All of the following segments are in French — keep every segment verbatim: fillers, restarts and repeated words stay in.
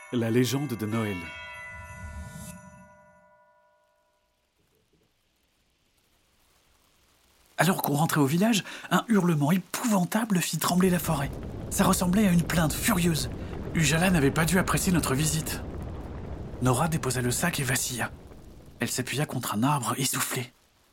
La légende de Noël. Alors qu'on rentrait au village, un hurlement épouvantable fit trembler la forêt. Ça ressemblait à une plainte furieuse. Ujala n'avait pas dû apprécier notre visite. Nora déposa le sac et vacilla. Elle s'appuya contre un arbre essoufflé.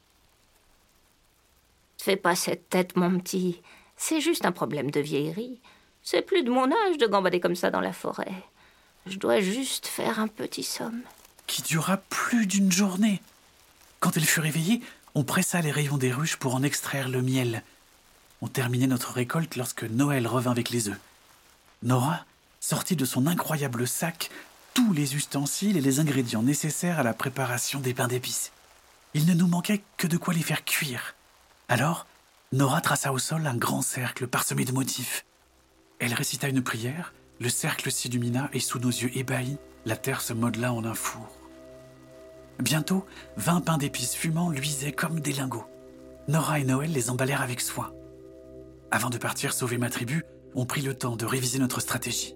Fais pas cette tête, mon petit. C'est juste un problème de vieillerie. C'est plus de mon âge de gambader comme ça dans la forêt. Je dois juste faire un petit somme. Qui dura plus d'une journée. Quand elle fut réveillée, on pressa les rayons des ruches pour en extraire le miel. On terminait notre récolte lorsque Noël revint avec les œufs. Nora sortit de son incroyable sac tous les ustensiles et les ingrédients nécessaires à la préparation des pains d'épices. Il ne nous manquait que de quoi les faire cuire. Alors, Nora traça au sol un grand cercle parsemé de motifs. Elle récita une prière, le cercle s'illumina et sous nos yeux ébahis, la terre se modela en un four. Bientôt, vingt pains d'épices fumants luisaient comme des lingots. Nora et Noël les emballèrent avec soin. Avant de partir sauver ma tribu, on prit le temps de réviser notre stratégie.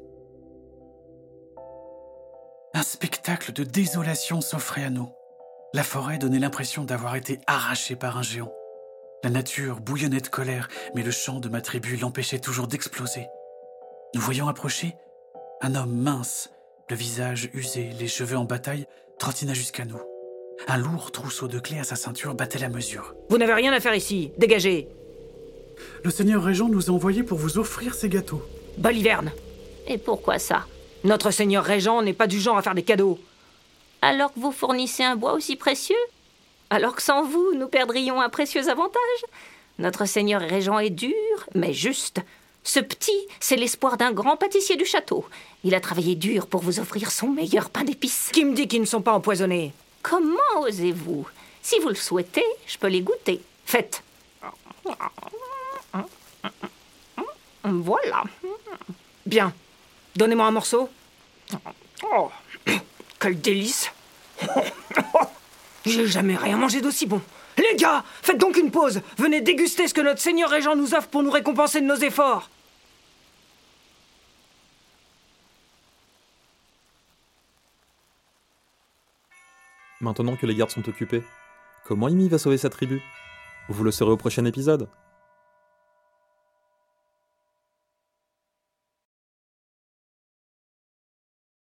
Un spectacle de désolation s'offrait à nous. La forêt donnait l'impression d'avoir été arrachée par un géant. La nature bouillonnait de colère, mais le chant de ma tribu l'empêchait toujours d'exploser. Nous voyions approcher un homme mince, le visage usé, les cheveux en bataille, trottina jusqu'à nous. Un lourd trousseau de clés à sa ceinture battait la mesure. Vous n'avez rien à faire ici, dégagez. Le seigneur régent nous a envoyés pour vous offrir ces gâteaux. Baliverne. Et pourquoi ça? Notre seigneur régent n'est pas du genre à faire des cadeaux. Alors que vous fournissez un bois aussi précieux? Alors que sans vous, nous perdrions un précieux avantage? Notre seigneur régent est dur, mais juste. Ce petit, c'est l'espoir d'un grand pâtissier du château. Il a travaillé dur pour vous offrir son meilleur pain d'épices. Qui me dit qu'ils ne sont pas empoisonnés? Comment osez-vous? Si vous le souhaitez, je peux les goûter. Faites. Voilà. Bien. Donnez-moi un morceau. Oh, quel délice. J'ai jamais rien mangé d'aussi bon. Les gars, faites donc une pause. Venez déguster ce que notre seigneur régent nous offre pour nous récompenser de nos efforts. Maintenant que les gardes sont occupés, comment Imi va sauver sa tribu? Vous le saurez au prochain épisode.